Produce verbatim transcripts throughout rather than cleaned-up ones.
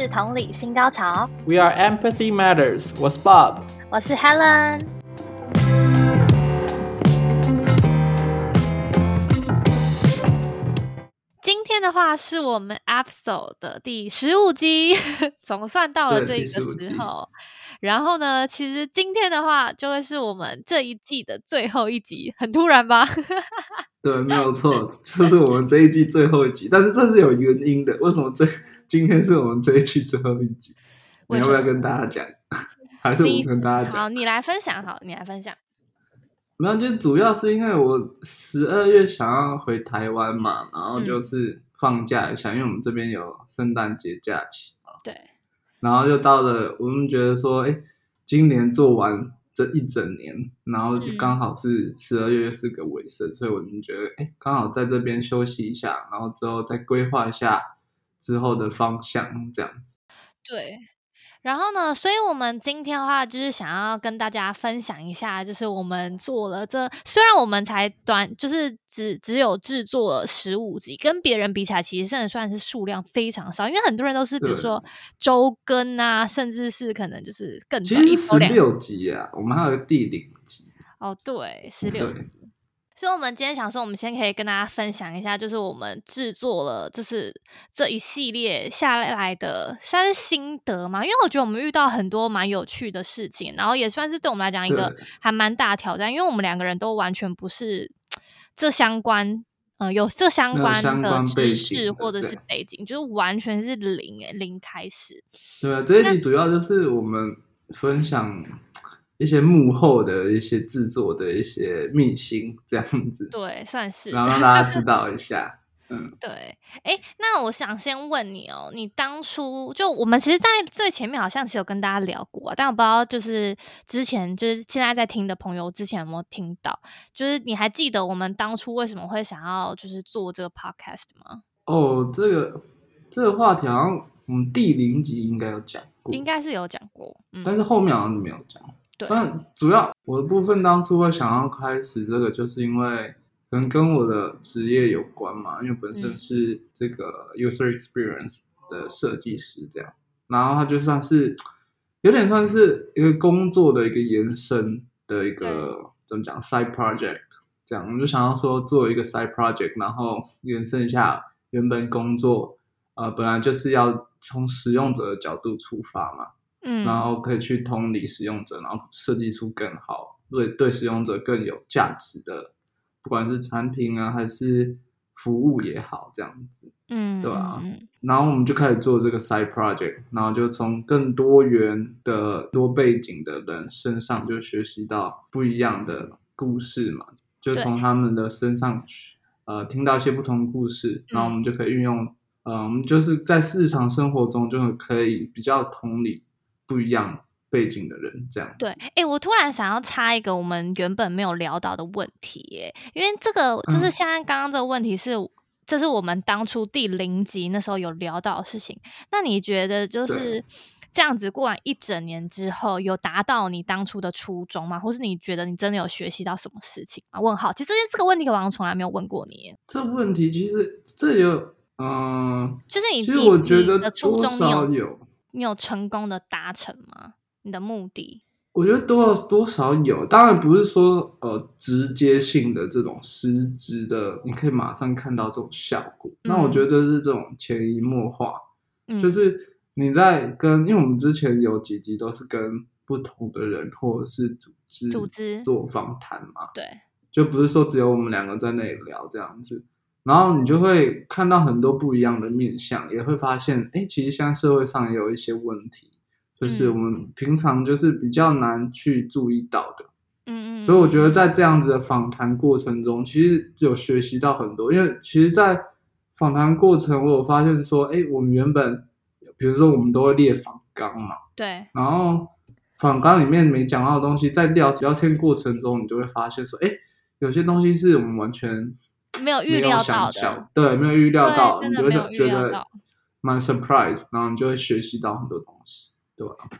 是同理新高潮 We are Empathy Matters. 我是 Bob， 我是 Helen。今天的话是我们 episode 的第十五集，总算到了这个时候。然后呢，其实今天的话就会是我们这一季的最后一集，很突然吧？ 对，没有错，就是我们这一季最后一集。但是这是有原因的，为什么这今天是我们这一季最后一集？你要不要跟大家讲？还是我跟大家讲？ 好，你来分享，好，你来分享。 没有，就主要是因为我十二月想要回台湾嘛，然后就是放假一下，嗯、因为我们这边有圣诞节假期嘛。 对。然后就到了，我们觉得说，哎，今年做完这一整年，然后就刚好是十二月是个尾声，嗯、所以我们觉得，哎，刚好在这边休息一下，然后之后再规划一下之后的方向，这样子。 对。然后呢，所以我们今天的话就是想要跟大家分享一下，就是我们做了这，虽然我们才短，就是只只有制作了十五集，跟别人比起来，其实真的算是数量非常少，因为很多人都是比如说周更啊，甚至是可能就是更短， 其实十六集啊，我们还有个第零集。 哦，对，十六集。所以我们今天想说，我们先可以跟大家分享一下，就是我们制作了就是这一系列下来的算是心得嘛，因为我觉得我们遇到很多蛮有趣的事情，然后也算是对我们来讲一个还蛮大的挑战，因为我们两个人都完全不是这相关呃有这相关的知识或者是背景，就是完全是零诶零开始。 对啊，这一集主要就是我们分享一些幕后的一些制作的一些秘辛，这样子。 对，算是。 然后让大家知道一下。嗯， 对。哎，那我想先问你哦，你当初就我们其实在最前面好像是有跟大家聊过、啊，但我不知道就是之前就是现在在听的朋友之前有没有听到，就是你还记得我们当初为什么会想要就是做这个 podcast 吗？ 哦，这个这个话题好像我们第零集应该有讲过， 应该是有讲过， 嗯、但是后面好像没有讲。 对， 但主要我的部分当初会想要开始这个，就是因为可能跟我的职业有关嘛，因为本身是这个 user experience 的设计师这样，嗯、然后它就算是有点算是一个工作的一个延伸的一个怎么讲 side project 这样，我就想要说做一个 side project， 然后延伸一下原本工作，呃，本来就是要从使用者的角度出发嘛。嗯，然后可以去同理使用者，然后设计出更好，对对使用者更有价值的，不管是产品啊还是服务也好，这样子，嗯，对吧、啊？嗯，然后我们就开始做这个 side project， 然后就从更多元的多背景的人身上就学习到不一样的故事嘛，就从他们的身上呃听到一些不同的故事，然后我们就可以运用，呃，我们就是在日常生活中就可以比较同理不一样背景的人，这样。 对，哎，我突然想要插一个我们原本没有聊到的问题耶，因为这个就是现在刚刚这个问题是、嗯、这是我们当初第零集那时候有聊到的事情。那你觉得就是这样子过完一整年之后，有达到你当初的初衷吗？或是你觉得你真的有学习到什么事情吗？问号，其实这个问题我好像从来没有问过你。 这问题其实这有，嗯、呃， 就是你， 其实我觉得你的初衷你有有。 你有成功的达成吗？你的目的？ 我觉得多多少有，当然不是说呃直接性的这种实质的，你可以马上看到这种效果。嗯、那我觉得是这种潜移默化，嗯、就是你在跟，因为我们之前有几集都是跟不同的人或者是组织组织做访谈嘛， 对， 就不是说只有我们两个在那里聊这样子。然后你就会看到很多不一样的面向，也会发现，哎，其实现在社会上也有一些问题，就是我们平常就是比较难去注意到的。嗯嗯。所以我觉得在这样子的访谈过程中，其实有学习到很多，因为其实，在访谈过程，我有发现说，哎，我们原本，比如说我们都会列访纲嘛， 对， 然后访纲里面没讲到的东西，在聊聊天过程中，你就会发现说，哎，有些东西是我们完全没有预料到的， 对，没有预料到， 你就会觉得蛮 surprise， 然后你就会学习到很多东西，对吧？ 对，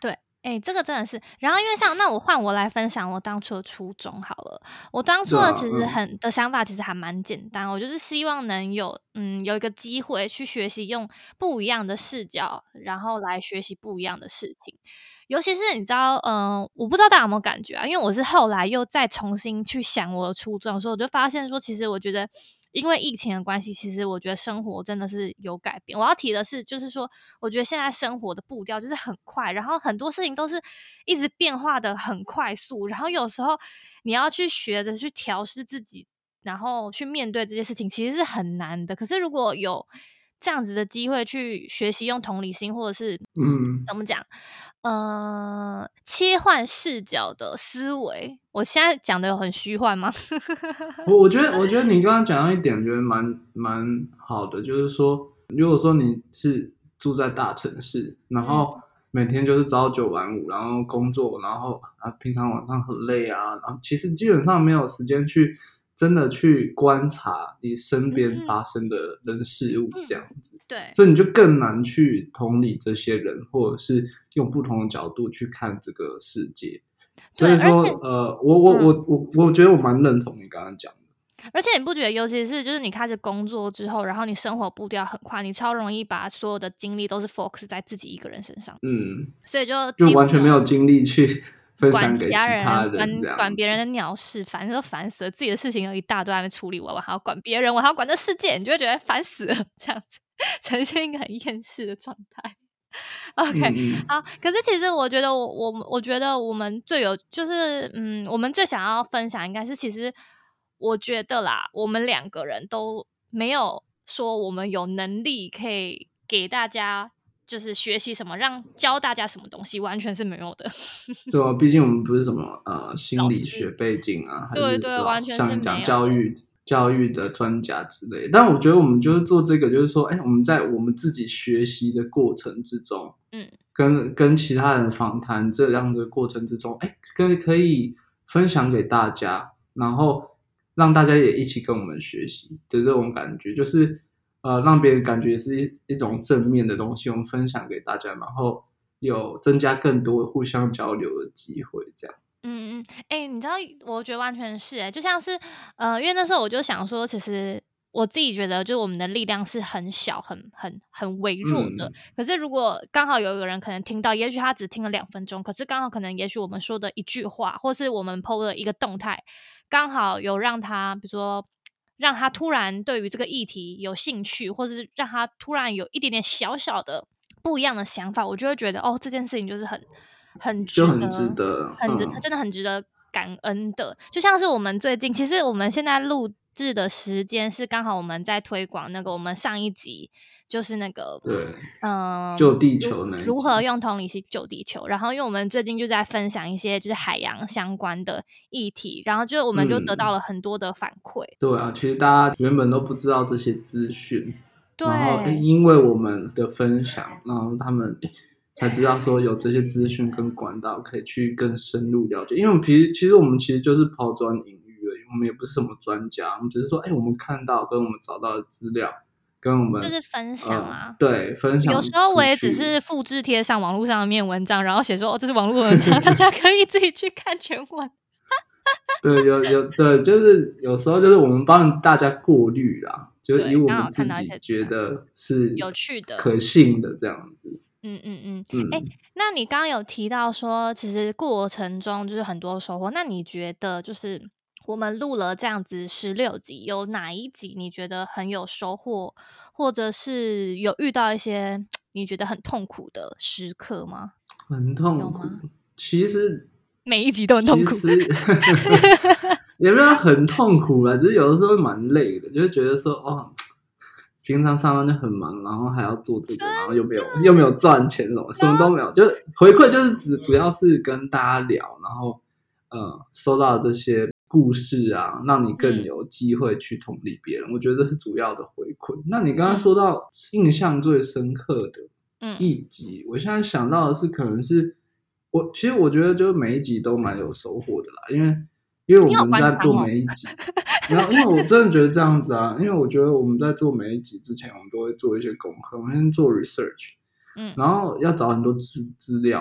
哎、欸，这个真的是，然后因为像那我换我来分享我当初的初衷好了。我当初的其实很、嗯、的想法其实还蛮简单，我就是希望能有嗯有一个机会去学习用不一样的视角，然后来学习不一样的事情。尤其是你知道，嗯、呃，我不知道大家有没有感觉啊？因为我是后来又再重新去想我的初衷，所以我就发现说，其实我觉得。因为疫情的关系，其实我觉得生活真的是有改变。我要提的是，就是说，我觉得现在生活的步调就是很快，然后很多事情都是一直变化的很快速，然后有时候你要去学着去调试自己，然后去面对这些事情，其实是很难的。可是如果有这样子的机会去学习用同理心，或者是嗯，怎么讲？呃，切换视角的思维，我现在讲的有很虚幻吗？ 我我觉得，我觉得你刚刚讲到一点，觉得蛮蛮好的，就是说，如果说你是住在大城市，然后每天就是朝九晚五，然后工作，然后啊，平常晚上很累啊，然后其实基本上没有时间去真的去观察你身边发生的人事物这样子， 嗯、对， 所以你就更难去同理这些人，或者是用不同的角度去看这个世界。所以说，呃，我我我我我觉得我蛮认同你刚刚讲的。 而且你不觉得，尤其是就是你开始工作之后，然后你生活步调很快，你超容易把所有的精力都是 focus 在自己一个人身上。嗯，所以就就完全没有精力去分享给其他人， 人， 管管别人的鸟事，反正都烦死了。自己的事情有一大堆还没处理完，我还要管别人，我还要管这世界，你就会觉得烦死了，这样子呈现一个很厌世的状态。OK，嗯嗯好，可是其实我觉得我我我觉得我们最有就是嗯，我们最想要分享应该是，其实我觉得啦，我们两个人都没有说我们有能力可以给大家就是学习什么，让教大家什么东西，完全是没有的。 对啊，毕竟我们不是什么呃心理学背景啊，还是对对，完全是像讲教育。教育的专家之类的，但我觉得我们就是做这个，就是说，哎，我们在我们自己学习的过程之中，嗯，跟跟其他人访谈这样的过程之中，哎，可可以分享给大家，然后让大家也一起跟我们学习的这种感觉，就是呃，让别人感觉是一一种正面的东西，我们分享给大家，然后有增加更多互相交流的机会，这样。 嗯嗯，哎、欸，你知道，我觉得完全是哎、欸，就像是呃，因为那时候我就想说，其实我自己觉得，就我们的力量是很小、很很很微弱的。嗯、可是如果刚好有一个人可能听到，也许他只听了两分钟，可是刚好可能，也许我们说的一句话，或是我们 P O 的一个动态，刚好有让他，比如说让他突然对于这个议题有兴趣，或是让他突然有一点点小小的不一样的想法，我就会觉得哦，这件事情就是很。很值得， 就很值得， 很值，它、嗯、真的很值得感恩的。就像是我们最近，其实我们现在录制的时间是刚好我们在推广那个我们上一集就是那个对， 嗯， 救地球那一集如何用同理心救地球。然后因为我们最近就在分享一些就是海洋相关的议题，然后就我们就得到了很多的反馈。嗯、 对啊，其实大家原本都不知道这些资讯，然后对， 因为我们的分享，然后他们。才知道说有这些资讯跟管道可以去更深入了解，因为我们其实其实我们其实就是抛砖引玉而已，我们也不是什么专家，我们只是说，哎，我们看到跟我们找到的资料，跟我们就是分享啊， 呃、对，分享。 有时候我也只是复制贴上网络上的面文章，然后写说，哦，这是网络文章，大家可以自己去看全文。 对，有有对，就是有时候就是我们帮大家过滤啦，就是以我们自己觉得是有趣的、 可信的这样子。 嗯嗯嗯，哎、嗯欸，那你刚刚有提到说，其实过程中就是很多收获。那你觉得，就是我们录了这样子十六集，有哪一集你觉得很有收获，或者是有遇到一些你觉得很痛苦的时刻吗？ 很痛苦，其实每一集都很痛苦， 其实也没有很痛苦啦，只是有的时候蛮累的，就会觉得说，哦。平常上班就很忙，然后还要做这个，然后又没有又没有赚钱什么，什么都没有，就回馈就是只主要是跟大家聊，然后呃收到这些故事啊，让你更有机会去同理别人，嗯、我觉得这是主要的回馈。那你刚刚说到印象最深刻的一集，嗯、我现在想到的是可能是我其实我觉得就是每一集都蛮有收获的啦，因为。因为我们在做每一集，然后因为我真的觉得这样子啊，因为我觉得我们在做每一集之前，我们都会做一些功课，我们先做 research，嗯，然后要找很多资资料嘛，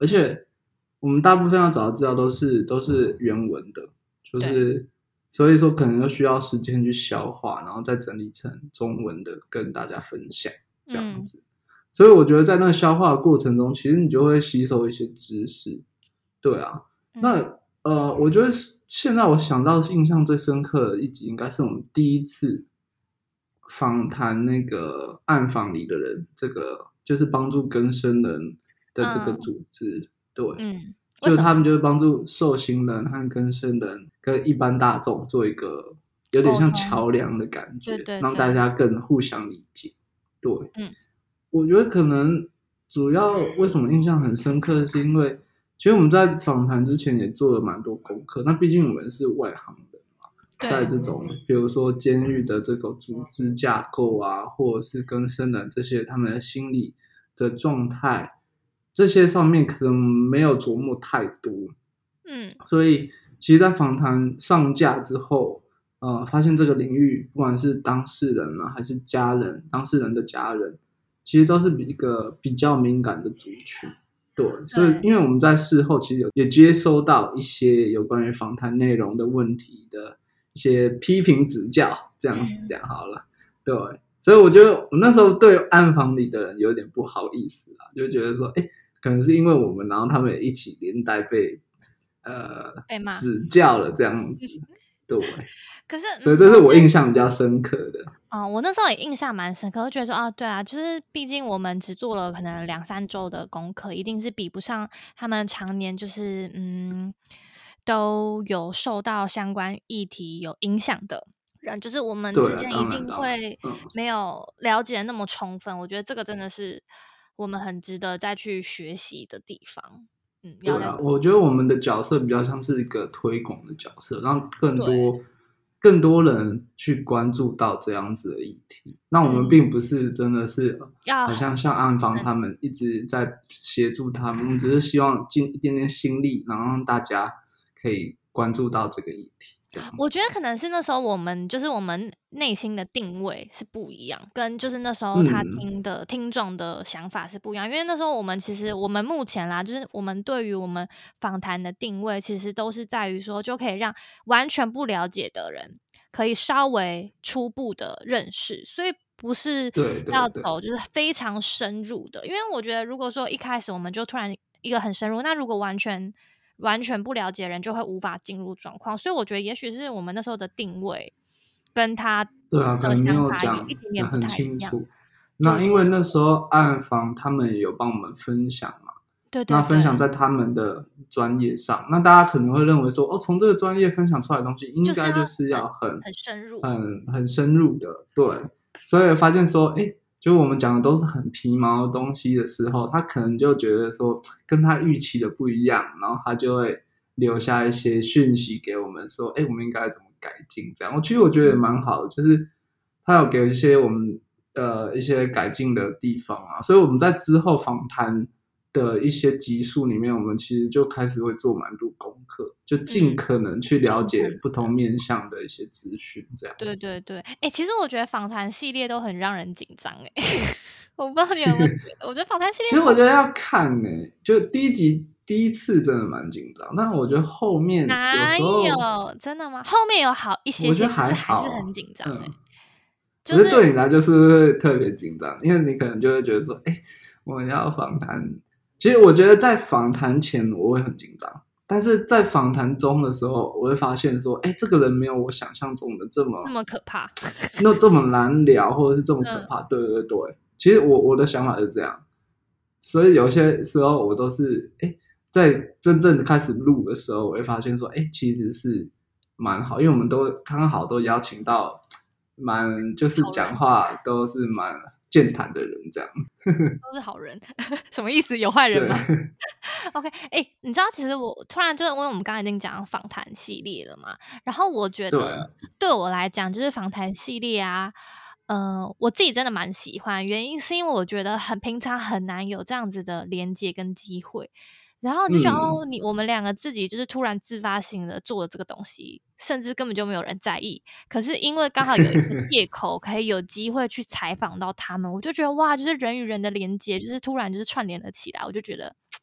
而且我们大部分要找的资料都是都是原文的，就是所以说可能就需要时间去消化，然后再整理成中文的跟大家分享这样子。嗯、所以我觉得在那个消化的过程中，其实你就会吸收一些知识。对啊，嗯、那呃，我觉得现在我想到印象最深刻的一集，应该是我们第一次访谈那个暗访里的人，这个就是帮助更生人的这个组织。嗯、对，嗯。就他们就是帮助受刑人和更生人跟一般大众做一个有点像桥梁的感觉，对对对，让大家更互相理解。对，嗯，我觉得可能主要为什么印象很深刻，是因为其实我们在访谈之前也做了蛮多功课。那毕竟我们是外行人嘛，在这种比如说监狱的这个组织架构啊，或者是更生人这些他们的心理的状态。这些上面可能没有琢磨太多，嗯，所以其实，在访谈上架之后，呃，发现这个领域，不管是当事人啊，还是家人，当事人的家人，其实都是一个比较敏感的族群，对，所以因为我们在事后其实也接收到一些有关于访谈内容的问题的一些批评指教，这样子讲好了，对。所以我觉得我那时候对暗访里的人有点不好意思啊，就觉得说，哎，可能是因为我们，然后他们也一起连带被呃被骂指教了这样子，对。 可是， 所以这是我印象比较深刻的。 哦，我那时候也印象蛮深刻，我觉得说啊，对啊，就是毕竟我们只做了可能两三周的功课，一定是比不上他们常年就是嗯都有受到相关议题有影响的。人就是我们之间一定会没有了解那么充分，我觉得这个真的是我们很值得再去学习的地方。嗯， 对啊，我觉得我们的角色比较像是一个推广的角色，让更多更多人去关注到这样子的议题。那我们并不是真的是好像像暗访他们一直在协助他们，我们只是希望尽一点点心力，然后让大家可以关注到这个议题。 我觉得可能是那时候我们就是我们内心的定位是不一样，跟就是那时候他听的、嗯、听众的想法是不一样。因为那时候我们其实我们目前啦，就是我们对于我们访谈的定位，其实都是在于说，就可以让完全不了解的人可以稍微初步的认识，所以不是要走就是非常深入的。因为我觉得如果说一开始我们就突然一个很深入，那如果完全完全不了解的人就会无法进入状况，所以我觉得也许是我们那时候的定位跟他对啊，可能没有讲得很清楚。那因为那时候暗访他们有帮我们分享嘛， 对对， 那分享在他们的专业上，那大家可能会认为说，哦，从这个专业分享出来的东西，应该就是要很很深入， 很很深入的，对。所以发现说，哎。就我们讲的都是很皮毛的东西的时候，他可能就觉得说跟他预期的不一样，然后他就会留下一些讯息给我们说，哎，我们应该怎么改进这样。我其实我觉得也蛮好的，就是他有给一些我们呃一些改进的地方啊，所以我们在之后访谈的一些集数里面，我们其实就开始会做蛮多功课，就尽可能去了解不同面向的一些资讯，这样、 嗯。对对对，哎、欸，其实我觉得访谈系列都很让人紧张，哎，我不知道你有没有觉得？我觉得访谈系列其实我觉得要看呢、欸，就第一集第一次真的蛮紧张，但我觉得后面有时候有真的吗？后面有好一些些， 我觉得还好， 还是很紧张哎。 可是对你来就是会特别紧张，因为你可能就会觉得说，哎、欸，我们要访谈。其实我觉得在访谈前我会很紧张，但是在访谈中的时候，我会发现说，哎，这个人没有我想象中的这么那么可怕， 那这么难聊，或者是这么可怕。嗯、对对对，其实我我的想法是这样，所以有些时候我都是哎，在真正开始录的时候，我会发现说，哎，其实是蛮好，因为我们都刚好都邀请到蛮就是讲话都是蛮健谈的人，这样。 都是好人，什么意思？有坏人吗？OK， 哎、欸，你知道，其实我突然就因为我们刚才已经讲访谈系列了嘛，然后我觉得对我来讲，就是访谈系列啊，呃，我自己真的蛮喜欢，原因是因为我觉得很平常很难有这样子的连接跟机会。然后你就觉得、嗯、哦，你我们两个自己就是突然自发性的做了这个东西，甚至根本就没有人在意。可是因为刚好有一个借口，可以有机会去采访到他们，我就觉得哇，就是人与人的连接，就是突然就是串联了起来，我就觉得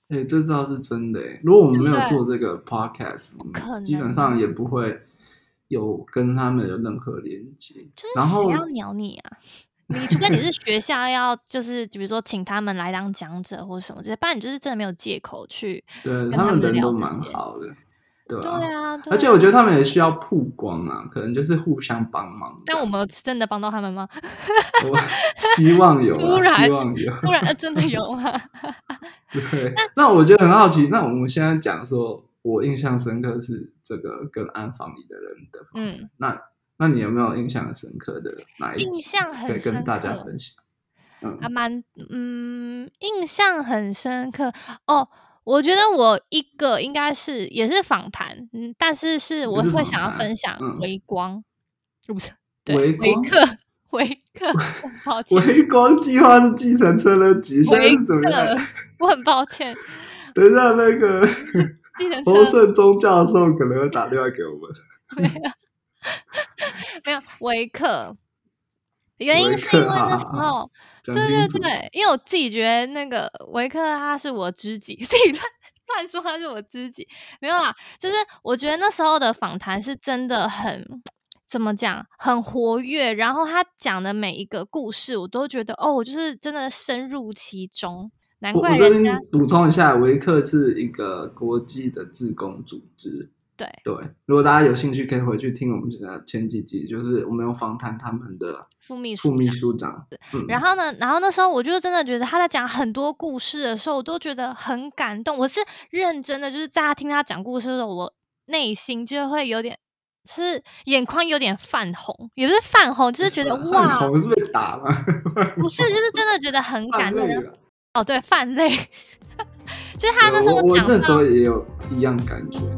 哎、欸，这倒是真的哎。如果我们没有做这个 podcast， 对对基本上也不会有跟他们有任何连接。 就是谁要鸟你啊？你除非你是学校要，就是比如说请他们来当讲者或什么这些，不然你就是真的没有借口去对跟他们人都聊这些。 蛮好的。对啊， 对啊，对啊， 而且我觉得他们也需要曝光啊，可能就是互相帮忙。 但我们真的帮到他们吗？ 我希望有突然希望有突然、呃、真的有吗？ 对，那我觉得很好奇，那我们现在讲说我印象深刻是这个跟暗房里的人的访谈，嗯，那那你有没有印象很深刻的哪一集印象很可以跟大家分享？ 嗯，还蛮嗯，印象很深刻哦。我觉得我一个应该是也是访谈，嗯，但是是我会想要分享微光，嗯、不是对微光微克微克，抱歉， 微光计划是计程车的集，现在是怎么样？ 我很抱歉。 等一下那个欧盛宗教的时候，可能会打电话给我们。 没有，没有微克。原因是因为那时候，对对对，因为我自己觉得那个维克他是我知己，自己乱乱说他是我知己，没有啦，就是我觉得那时候的访谈是真的很怎么讲，很活跃，然后他讲的每一个故事，我都觉得哦，我就是真的深入其中，难怪人家。 我这边补充一下，维克是一个国际的志工组织。 对对，如果大家有兴趣，可以回去听我们前几集，就是我们有访谈他们的副秘副秘书长。 嗯、然后呢，然后那时候我就真的觉得他在讲很多故事的时候，我都觉得很感动。我是认真的，就是在他听他讲故事的时候，我内心就会有点，是眼眶有点泛红，也不是泛红，就是觉得哇， 红是被打了， 不是，就是真的觉得很感动。哦，对，泛泪，就是他那时候讲到， 我那时候也有一样感觉。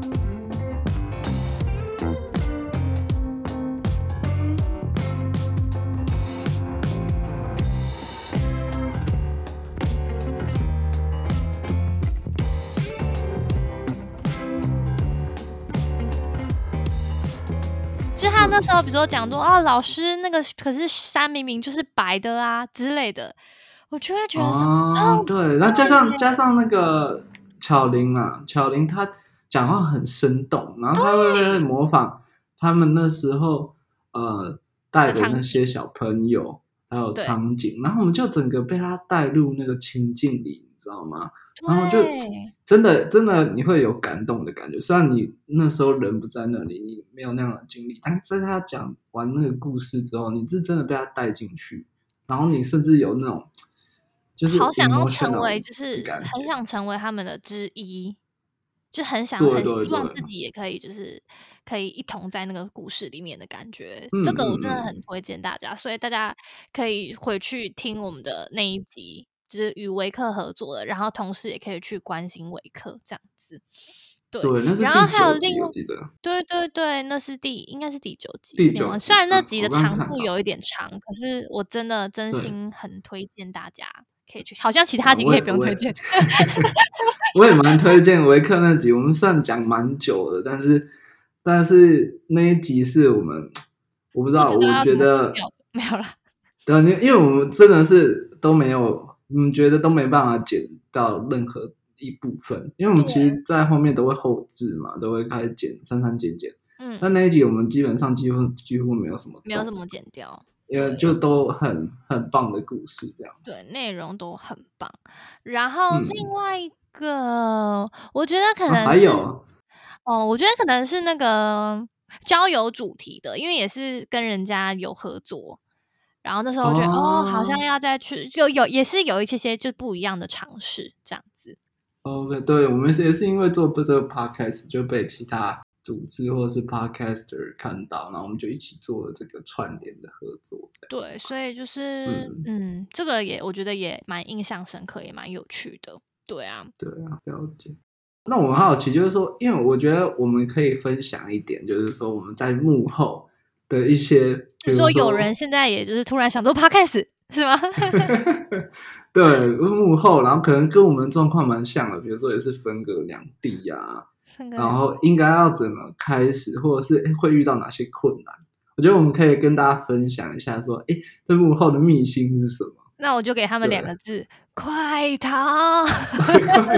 就是他那时候，比如说讲说啊，老师那个可是山明明就是白的啊之类的，我就会觉得说， 哦，对，然后加上加上那个巧玲啊，巧玲她讲话很生动，然后她会模仿他们那时候呃带的那些小朋友还有场景，然后我们就整个被她带入那个情境里，你知道吗？然后就真的真的你会有感动的感觉，虽然你那时候人不在那里，你没有那样的经历，但在他讲完那个故事之后，你是真的被他带进去，然后你甚至有那种就是好想要成为，就是很想成为他们的之一，就很想很希望自己也可以，就是可以一同在那个故事里面的感觉。 嗯、 这个我真的很推荐大家，所以大家可以回去听我们的那一集。就是与维克合作的，然后同时也可以去关心维克这样子，对， 对，那是然后还有另我记得， 对对对，那是第应该是第九集， 第九集， 虽然那集的长度有一点长，嗯、可是我真的真心很推荐大家可以去，好像其他集可以不用推荐， 我也蛮推荐维克那集，我们算讲蛮久的，但是但是那一集是我们我不知道， 不知道我觉得没有了， 对，因为我们真的是都没有。嗯，觉得都没办法剪到任何一部分，因为我们其实，在后面都会后置嘛，都会开始剪，删删减减。嗯，但那一集我们基本上几乎几乎没有什么， 没有什么剪掉， 因为就都很很棒的故事，这样。 对，内容都很棒。然后另外一个，嗯、我觉得可能是、啊、 还有哦，我觉得可能是那个交友主题的，因为也是跟人家有合作。然后那时候觉得 哦, 哦，好像要再去，有有也是有一些些就不一样的尝试这样子。 OK， 对，我们也是因为做这个 podcast 就被其他组织或是 podcaster 看到，然后我们就一起做了这个串联的合作。 对，所以就是嗯, 嗯，这个也我觉得也蛮印象深刻，也蛮有趣的。对啊， 对啊，了解。那我很好奇，就是说，因为我觉得我们可以分享一点，就是说我们在幕后的一些，比如说有人现在也就是突然想做 podcast 是吗？ 对，幕后，然后可能跟我们状况蛮像的，比如说也是分隔两地啊，然后应该要怎么开始，或者是会遇到哪些困难？我觉得我们可以跟大家分享一下，说，哎，这幕后的秘辛是什么？ 那我就给他们两个字：快逃！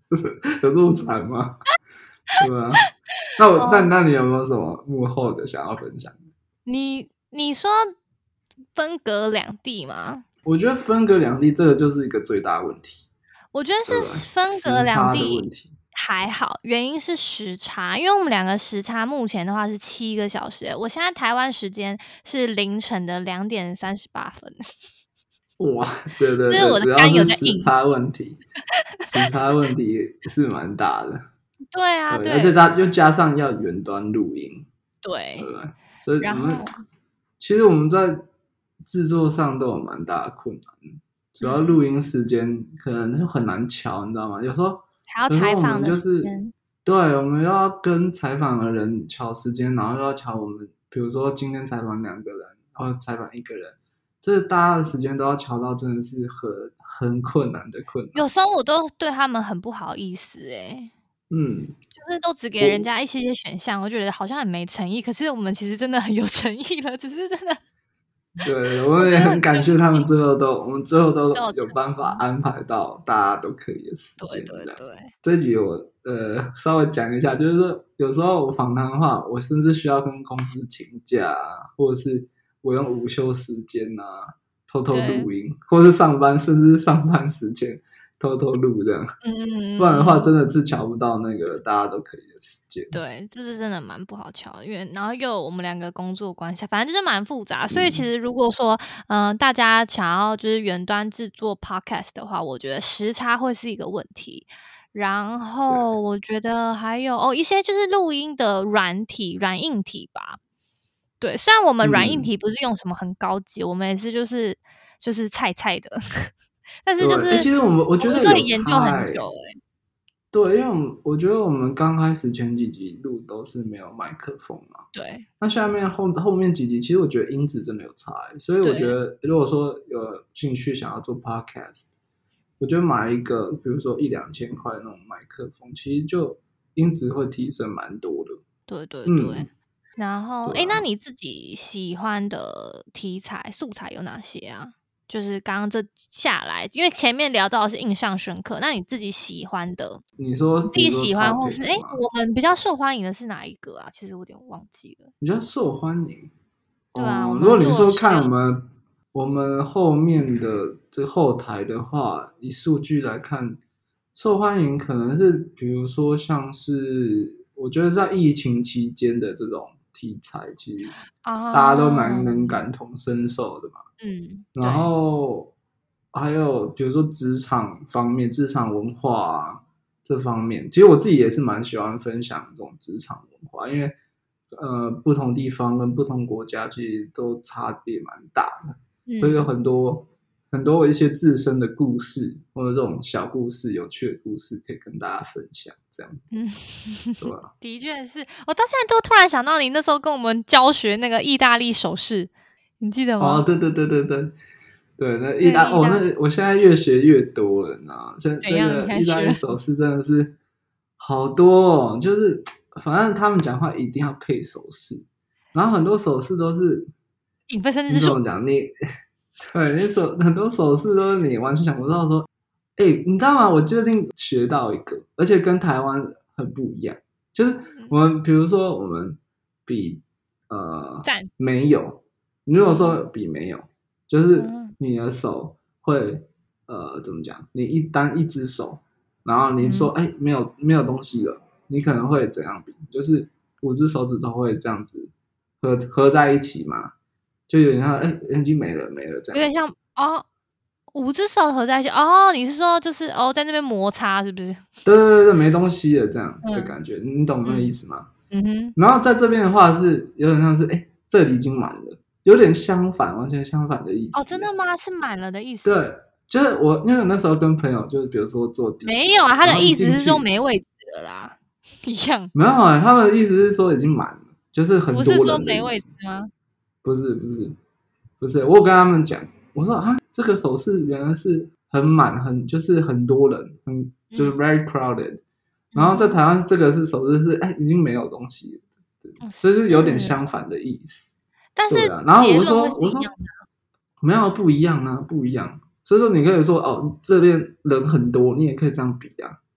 有这么惨吗？对啊，那我、哦、那那你有没有什么幕后的想要分享？ 你你说分隔两地吗？ 我觉得分隔两地这个就是一个最大问题。 我觉得是分隔两地还好，原因是时差，因为我们两个时差目前的话是七个小时，我现在台湾时间是凌晨的两点三十八分。 哇，对对对，就是我的肝有在硬，时差问题，时差问题是蛮大的。 对啊，对， 而且加又加上要远端录音， 对， 对不对？所以我们其实我们在制作上都有蛮大的困难，主要录音时间可能就很难调，你知道吗？有时候还要采访的时间，就是对，我们要跟采访的人调时间，然后又要调我们，比如说今天采访两个人，然后采访一个人。这大家的时间都要调到，真的是很很困难的困难。 有时候我都对他们很不好意思哎、欸， 嗯， 就是都只给人家一些些选项，我, 我觉得好像很没诚意。可是我们其实真的很有诚意了，只是真的。 对，我们也很感谢他们最后都，我们最后都有办法安排到大家都可以的时间。对对对，这集我呃稍微讲一下，就是说有时候我访谈的话，我甚至需要跟公司请假，或者是我用午休时间啊偷偷录音，或是上班甚至是上班时间偷偷录这样，嗯，不然的话真的是瞧不到那个大家都可以的时间。 对，就是真的蛮不好瞧，因为然后又有我们两个工作关系，反正就是蛮复杂。所以其实如果说嗯、呃、大家想要就是远端制作 podcast 的话，我觉得时差会是一个问题。然后我觉得还有哦一些就是录音的软体软硬体吧。对，虽然我们软硬体不是用什么很高级，嗯、我们也是就是就是菜菜的，但是就是、 欸、其实我们我觉得有差研究很久哎、欸。 对，因为我们我觉得我们刚开始前几集录都是没有麦克风嘛， 对。 那下面后后面几集，其实我觉得音质真的有差、欸，所以我觉得如果说有兴趣想要做 podcast， 我觉得买一个比如说一两千块那种麦克风，其实就音质会提升蛮多的。 对对对。嗯、然后，哎、啊，那你自己喜欢的题材素材有哪些啊？就是刚刚这下来，因为前面聊到的是印象深刻，那你自己喜欢的， 你说你自己喜欢或是哎，我们比较受欢迎的是哪一个啊？其实我有点忘记了。 比较受欢迎， 对啊。 哦、如果你说看我们我们后面的这后台的话，以数据来看，受欢迎可能是比如说像是我觉得在疫情期间的这种题材，其实大家都蛮能感同身受的嘛。 嗯， 然后还有比如说职场方面，职场文化啊这方面，其实我自己也是蛮喜欢分享这种职场文化，因为呃不同地方跟不同国家其实都差别蛮大的，嗯、所以有很多很多一些自身的故事或者这种小故事、有趣的故事可以跟大家分享，这样子，嗯、对吧？ 的确是，我到现在都突然想到你那时候跟我们教学那个意大利手势。你记得吗？ 哦，对对对对对，对，那意大哦，那我现在越学越多了，你知道吗？现在那个意大利手势真的是好多哦，就是反正他们讲话一定要配手势，然后很多手势都是引分身之术。 怎么讲？你对，你手很多手势都是你完全想不到说，哎，你知道吗？我最近学到一个，而且跟台湾很不一样，就是我们比如说我们比呃没有。你如果说比没有，就是你的手会呃怎么讲？你一单一只手，然后你说哎、嗯欸、没有没有东西了，你可能会怎样比？就是五只手指头会这样子合合在一起嘛，就有点像哎、欸、已经没了没了这样。 有点像哦，五只手合在一起哦，你是说就是哦在那边摩擦是不是？ 对对对，没东西了这样的感觉，嗯、你懂那个意思吗？ 嗯哼。 然后在这边的话是有点像是哎、欸、这里已经满了。有点相反，完全相反的意思。 哦，真的吗？是满了的意思。 对，就是我，因为我那时候跟朋友，就是比如说坐地铁， 没有啊，他的意思是说没位置了啦，一样。 没有啊，他们的意思是说已经满了，就是很多人的意思。 不是说没位置吗？ 不是，不是，不是。我有跟他们讲，我说啊，这个手势原来是很满，很就是很多人，很就是 very crowded、嗯。然后在台湾，这个是手势是哎已经没有东西了，所以是有点相反的意思。 但是、 啊，然后我说我说没有不一样啊，不一样。所以说你可以说哦，这边人很多，你也可以这样比啊。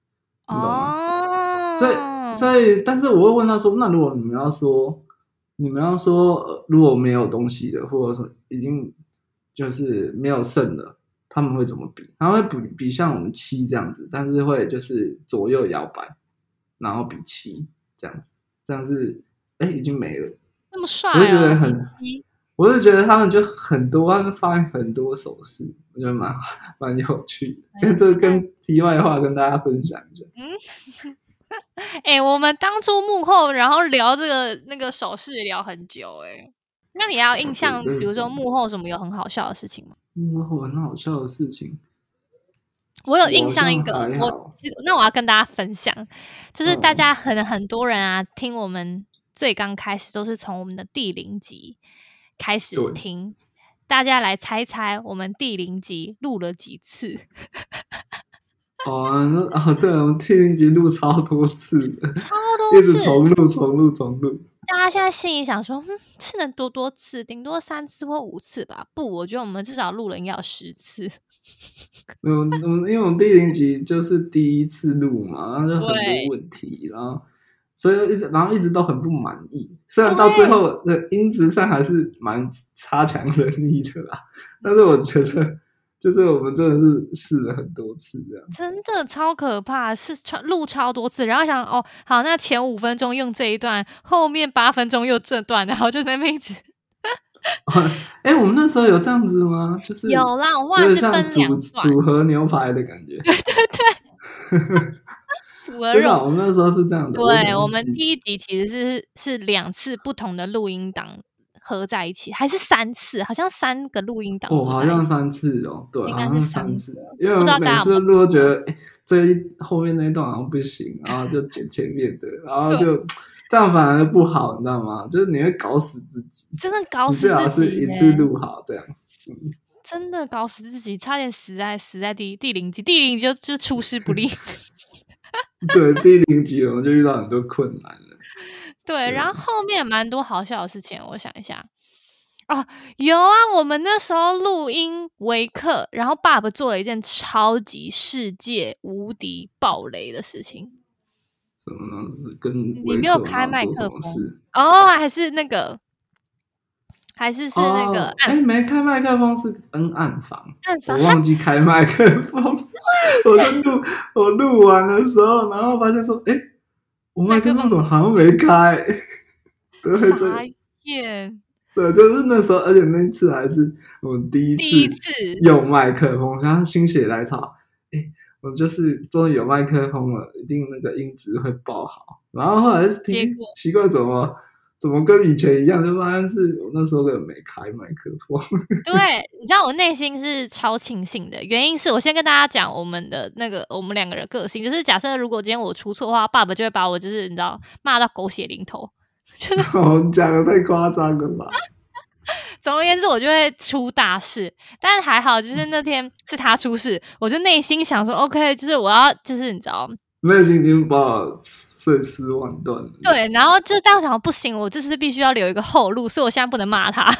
你懂吗？ 哦， 所以所以，但是我会问他说，那如果你们要说，你们要说，呃、如果没有东西的，或者说已经就是没有剩了，他们会怎么比？他会比比像我们七这样子，但是会就是左右摇摆，然后比七这样子，这样是哎已经没了。 那么帅我就觉得哦， 很，我就觉得他们就很多，他们发现很多手势，我觉得蛮蛮有趣的。跟这跟题外话跟大家分享一下。 嗯，哎、欸，我们当初幕后，然后聊这个那个手势聊很久、欸，哎，那你要印象，比如说幕后什么有很好笑的事情吗？ 幕后很好笑的事情。 我有印象一个，我那我要跟大家分享，就是大家很、嗯、很多人啊，听我们最刚开始都是从我们的第零集开始听，大家来猜猜我们第零集录了几次？ 哦，那哦，对，我们第零集录超多次的， 超多次， 一直重录、重录、重录。 大家现在心里想说，嗯，是能多多次，顶多三次或五次吧？不，我觉得我们至少录了应该有十次。 嗯嗯，因为我们第零集就是第一次录嘛，然后就很多问题，然后所以一直，然后一直都很不满意。虽然到最后的音质上还是蛮差强人意的啦，但是我觉得就是我们真的是试了很多次这样， 真的超可怕，是录超多次，然后想哦，好，那前五分钟用这一段，后面八分钟用这段，然后就在那边一直。 哎、欸，我们那时候有这样子吗？就是有啦，我忘了是分两段， 组合牛排的感觉。 对对对，组合肉。 真的，我们那时候是这样的。 对，我, 我们第一集其实是是两次不同的录音档合在一起，还是三次？好像三个录音档。 哦，好像三次哦，对， 应该是三次。因为我每次录都觉得，哎、欸，这一后面那一段好像不行，然后就剪前面的，然后就。这样反而不好，你知道吗？就是你会搞死自己， 真的搞死自己。 你最好是一次录好这样，嗯， 真的搞死自己，差点死在死在第第零集，第零集就就出师不利。 对，第零集我们就遇到很多困难了。 对，对然后后面蛮多好笑的事情，我想一下。哦，有啊，我们那时候录音微课，然后爸爸做了一件超级世界无敌爆雷的事情。 什么呢？是跟你没有开麦克风哦？ 还是那个，还是是那个？ 哎、哦欸，没开麦克风是跟暗房， 暗房我忘记开麦克风。我就录，我录完的时候，然后发现说，哎、欸，我麦克风怎么好像没开？对， 傻眼。 对，就是那时候，而且那一次还是我第一次第一次用麦克风，然后心血来潮，哎、欸。我就是终于有麦克风了，一定那个音质会爆好。然后后来听奇怪，怎么怎么跟以前一样，就发现是我那时候根本没开麦克风。 对，你知道我内心是超庆幸的，原因是我先跟大家讲我们的那个我们两个人个性，就是假设如果今天我出错的话，爸爸就会把我就是你知道骂到狗血淋头。 就是我讲的太夸张了吧。 总而言之，我就会出大事，但是还好，就是那天是他出事，我就内心想说 ，OK， 就是我要，就是你知道， 内心已经把我碎尸万段了。 对，然后就当时想不行，我这次必须要留一个后路，所以我现在不能骂他。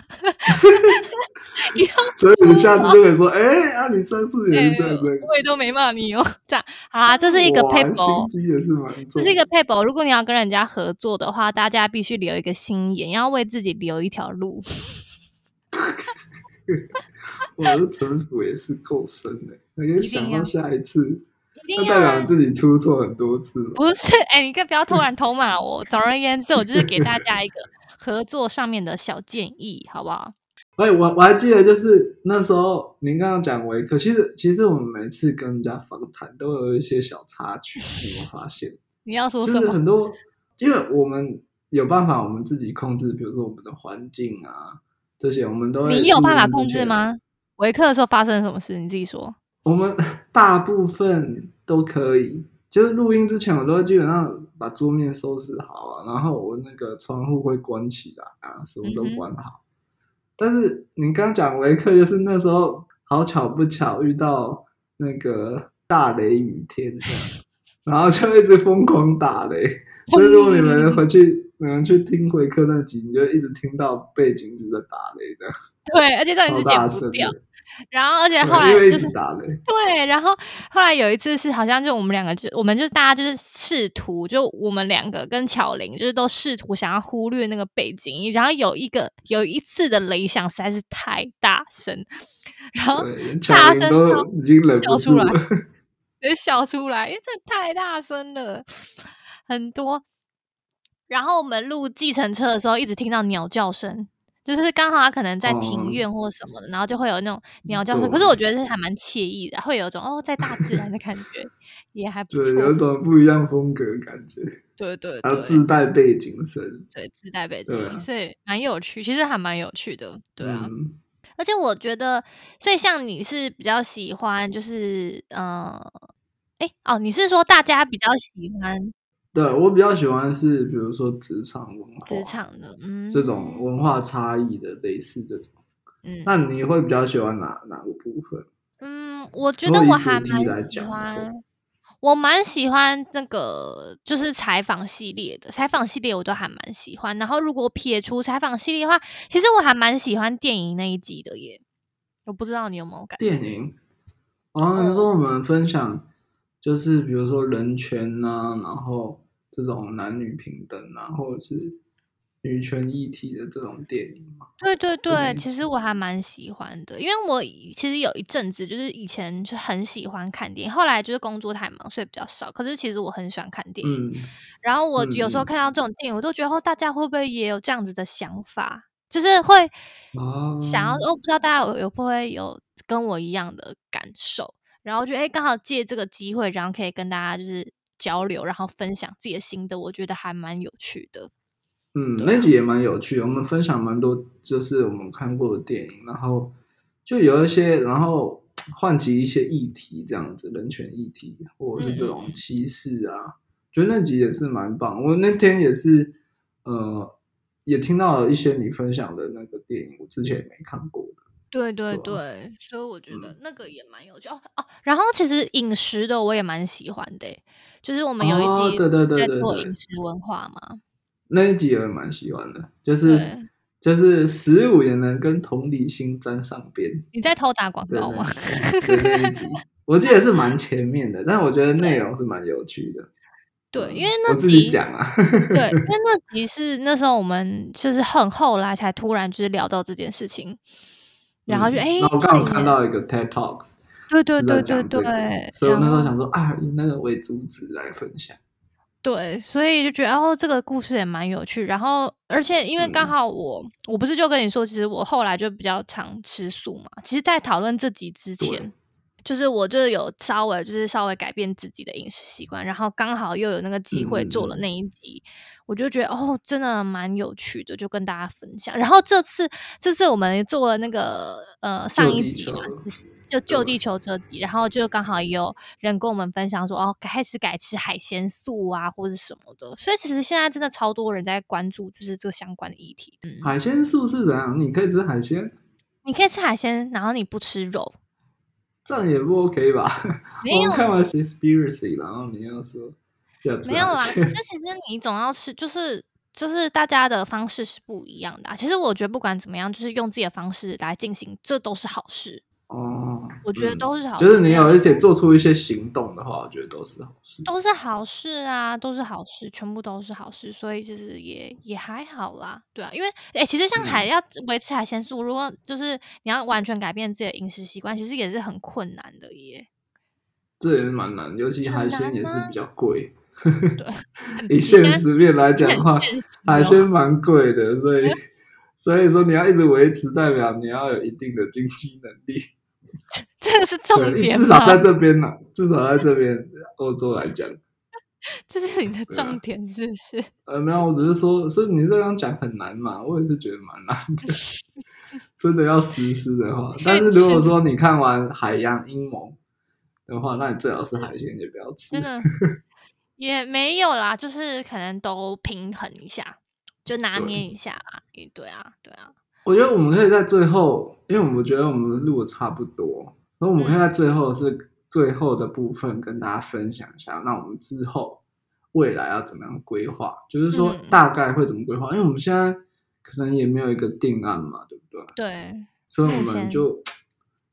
所以你下次就可以说，哎、欸，啊，你上次也是这样子、欸， 我也都没骂你哦。这样，好啦，这是一个配博， 心机也是蛮重。 这是一个配博。如果你要跟人家合作的话，大家必须留一个心眼，要为自己留一条路。 我的城府也是够深的，我可以想到下一次， 那代表你自己出错很多次了。 不是，哎、欸，你不要突然偷骂我。总而言之，我就是给大家一个合作上面的小建议，好不好？ 哎，我我还记得，就是那时候您刚刚讲微课，其实其实我们每次跟人家访谈都有一些小插曲，你有没有发现？ 你要说什么？ 就是很多，因为我们有办法，我们自己控制，比如说我们的环境啊。这些我们都会。 你有办法控制吗？微课的时候发生什么事？你自己说。 我们大部分都可以，就是录音之前，我都会基本上把桌面收拾好啊，然后我那个窗户会关起来啊，什么都关好。嗯、但是你刚讲微课，就是那时候好巧不巧遇到那个大雷雨天这样，然后就一直疯狂打雷。所以如果你们回去，你们去听回课那集，你就一直听到背景一直在打雷的。 对，而且这样一直剪不掉。 然后而且后来就是打雷对，然后后来有一次是好像就我们两个就我们就大家就是试图就我们两个跟巧玲就是都试图想要忽略那个背景音，然后有一个有一次的雷响实在是太大声，然后大声到已经忍不住了， 直接笑出来，因为真的太大声了，很多。然后我们录计程车的时候，一直听到鸟叫声，就是刚好他可能在庭院或什么的，哦、然后就会有那种鸟叫声。可是我觉得还蛮惬意的，会有一种哦，在大自然的感觉，也还不错。 对，有一种不一样风格的感觉。 对对对， 还有自带背景声， 对，自带背景音，啊、所以蛮有趣，其实还蛮有趣的，对啊。 嗯、 而且我觉得，所以像你是比较喜欢，就是呃，哎哦，你是说大家比较喜欢？ 对，我比较喜欢是比如说职场文化， 职场的，嗯， 这种文化差异的类似这种，嗯，那你会比较喜欢哪哪个部分？ 嗯，我觉得我还蛮喜欢，我蛮喜欢那个就是采访系列的，采访系列我都还蛮喜欢。然后如果撇除采访系列的话，其实我还蛮喜欢电影那一集的耶。我不知道你有没有感觉？ 电影，哦，你说我们分享就是比如说人权啊，然后这种男女平等啊，或者是女权议题的这种电影嘛？ 对对对，其实我还蛮喜欢的，因为我其实有一阵子就是以前就很喜欢看电影，后来就是工作太忙，所以比较少。可是其实我很喜欢看电影，嗯、然后我有时候看到这种电影，我都觉得哦，大家会不会也有这样子的想法？就是会想要哦，不知道大家有有不会有跟我一样的感受？然后觉得哎，刚好借这个机会，然后可以跟大家就是交流，然后分享自己的心得，我觉得还蛮有趣的。 嗯，那集也蛮有趣的，我们分享蛮多，就是我们看过的电影，然后就有一些，然后唤起一些议题，这样子，人权议题，或者是这种歧视啊，嗯、觉得那集也是蛮棒。我那天也是，呃，也听到了一些你分享的那个电影，我之前也没看过的。 对对对，对所以我觉得那个也蛮有趣、嗯、哦哦。然后其实饮食的我也蛮喜欢的，就是我们有一集在做饮食文化嘛。哦、 那一集也蛮喜欢的，就是就是食物也能跟同理心沾上边。 你在偷打广告吗？ 对那一集，我记得是蛮前面的，但我觉得内容是蛮有趣的。 对，嗯、因为那集我自己讲啊， 对，因为那集是那时候我们就是很后来才突然就是聊到这件事情，然后就哎， 那、嗯、我刚好看到一个 TED Talks， 对对对对对， 所以我那时候想说啊，以那个为主旨来分享。 对，所以就觉得哦，这个故事也蛮有趣。然后，而且因为刚好我、嗯、我不是就跟你说，其实我后来就比较常吃素嘛。其实，在讨论这集之前，就是我就有稍微就是稍微改变自己的饮食习惯，然后刚好又有那个机会做了那一集，嗯、我就觉得哦，真的蛮有趣的，就跟大家分享。然后这次这次我们做了那个呃上一集嘛。就救地球这集，然后就刚好有人跟我们分享说，哦，开始改吃海鲜素啊，或者什么的。所以其实现在真的超多人在关注，就是这相关的议题。 嗯、海鲜素是怎样？你可以吃海鲜， 你可以吃海鲜，然后你不吃肉， 这样也不 OK 吧？ 没有我们看完 Conspiracy， 然后你要说要吃海鲜， 没有啦。可是其实你总要吃，就是就是大家的方式是不一样的、啊。其实我觉得不管怎么样，就是用自己的方式来进行，这都是好事。 哦， 我觉得都是好事、 嗯，就是你有一些做出一些行动的话，我觉得都是好事， 都是好事啊，都是好事，全部都是好事，所以其实也也还好啦，对啊，因为哎、欸，其实像海、嗯、要维持海鲜素，如果就是你要完全改变自己的饮食习惯，其实也是很困难的耶。 这也是蛮难，尤其海鲜也是比较贵。 对， 以现实面来讲的话， 哦、 海鲜蛮贵的，所以所以说你要一直维持，代表你要有一定的经济能力。 这个是重点， 至少在这边呢，至少在这边欧洲来讲， 这是你的重点，是不是？ 啊、呃，没有，我只是说，所以你这样讲很难嘛，我也是觉得蛮难的，真的要实施的话。但是如果说你看完《海洋阴谋》的话，那你最好是海鲜也不要吃。 真的也没有啦，就是可能都平衡一下，就拿捏一下啦。对啊，对啊。 我觉得我们可以在最后，因为我们觉得我们录的差不多，所以我们可以在最后是、嗯、最后的部分跟大家分享一下，那我们之后未来要怎么样规划，就是说大概会怎么规划、嗯，因为我们现在可能也没有一个定案嘛，对不对？ 对， 所以我们就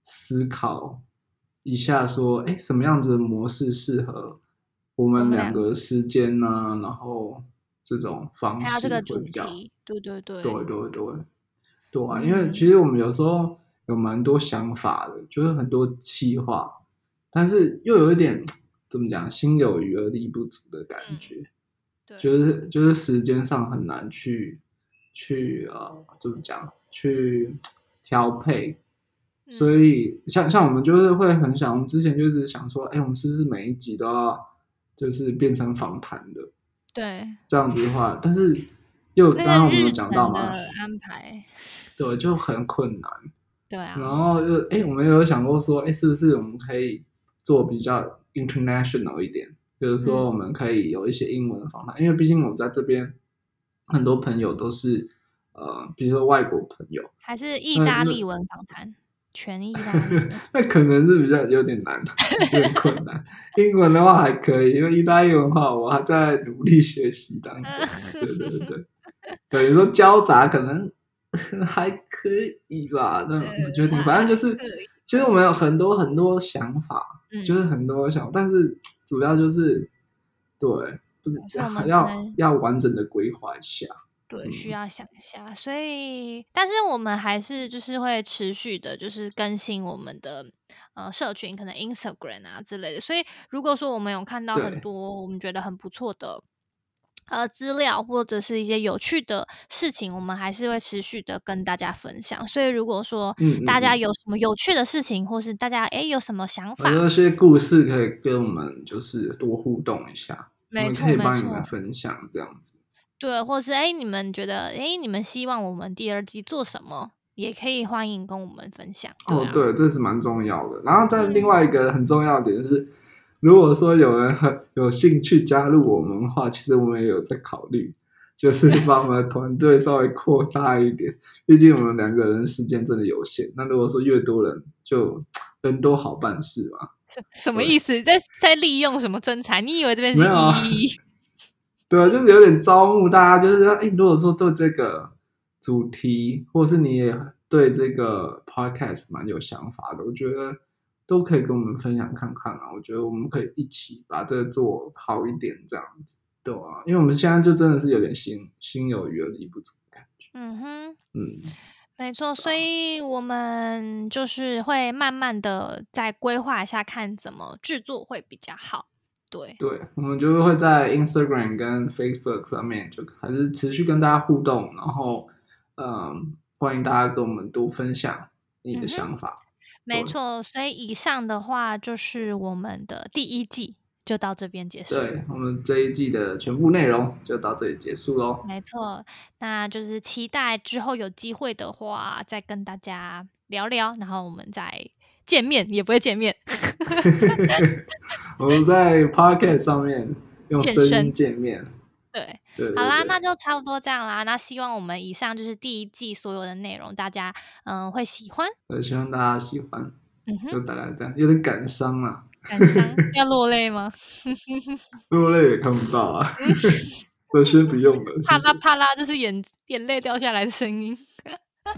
思考一下说，哎，什么样子的模式适合我们两个时间呢、啊？然后这种方式还有这个主会比较， 题，对对对， 对对对对啊！ 嗯、 因为其实我们有时候有蛮多想法的，就是很多企划，但是又有一点怎么讲，心有余而力不足的感觉， 嗯、对， 就是就是时间上很难去去呃怎么讲去调配。所以像像我们就是会很想，我们之前就一直想说，哎，我们是不是每一集都要就是变成访谈的？ 对， 这样子的话，但是又刚刚我们有讲到嘛， 安排， 对，就很困难。 对啊。 然后就哎，我们有想过说，哎，是不是我们可以做比较 international 一点？比如说我们可以有一些英文的访谈，因为毕竟我在这边很多朋友都是呃，比如说外国朋友， 还是意大利文访谈。全意大利那可能是比较有点难，有点困难。英文的话还可以，因为意大利文的话我还在努力学习当中。对对对，对你说交杂可能还可以吧，那不确定。反正就是，其实我们有很多很多想法，嗯、就是很多想法，但是主要就是对，就是要要完整的规划一下。 对，需要想一下，所以，但是我们还是就是会持续的，就是更新我们的呃社群，可能 Instagram 啊之类的。所以，如果说我们有看到很多我们觉得很不错的呃资料，或者是一些有趣的事情，我们还是会持续的跟大家分享。所以，如果说大家有什么有趣的事情，或是大家哎有什么想法， 有些故事可以跟我们就是多互动一下，我们可以帮你们分享这样子。 对，或是哎，你们觉得哎，你们希望我们第二季做什么，也可以欢迎跟我们分享。对啊、 哦，对，这是蛮重要的。然后再另外一个很重要的点是，嗯、如果说有人很有兴趣加入我们的话，其实我们也有在考虑，就是把我们的团队稍微扩大一点。毕竟我们两个人时间真的有限。那如果说越多人，就人多好办事嘛。 什么意思？在在利用什么真才？你以为这边是一？ 啊、对啊，就是有点招募大家，就是说，哎，如果说对这个主题，或是你也对这个 podcast 蛮有想法的，我觉得都可以跟我们分享看看啊。我觉得我们可以一起把这个做好一点，这样子，对啊，因为我们现在就真的是有点心心有余而力不足的感觉。 嗯哼， 嗯， 没错，所以我们就是会慢慢的再规划一下，看怎么制作会比较好。对， 对，我们就会在 Instagram 跟 Facebook 上面，就还是持续跟大家互动，然后，嗯，欢迎大家跟我们多分享你的想法。 嗯、没错，所以以上的话就是我们的第一季就到这边结束。 对，我们这一季的全部内容就到这里结束喽。 没错，那就是期待之后有机会的话，再跟大家聊聊，然后我们再见面，也不会见面。 我们在 Podcast 上面用声音见面。 对， 对， 好啦，那就差不多这样啦。那希望我们以上就是第一季所有的内容，大家嗯会喜欢。 我希望大家喜欢。嗯哼，就大概这样，有点感伤啊。 感伤要落泪吗？ 落泪也看不到啊。我先不用了。 啪啦啪啦，这是眼眼泪掉下来的声音。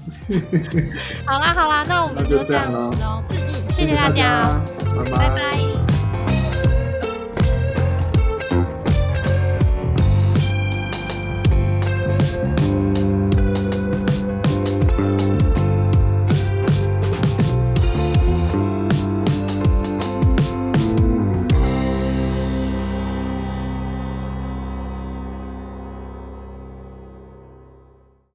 好啦好啦，那我们就这样喽。嗯嗯，谢谢大家， 拜拜。 拜拜。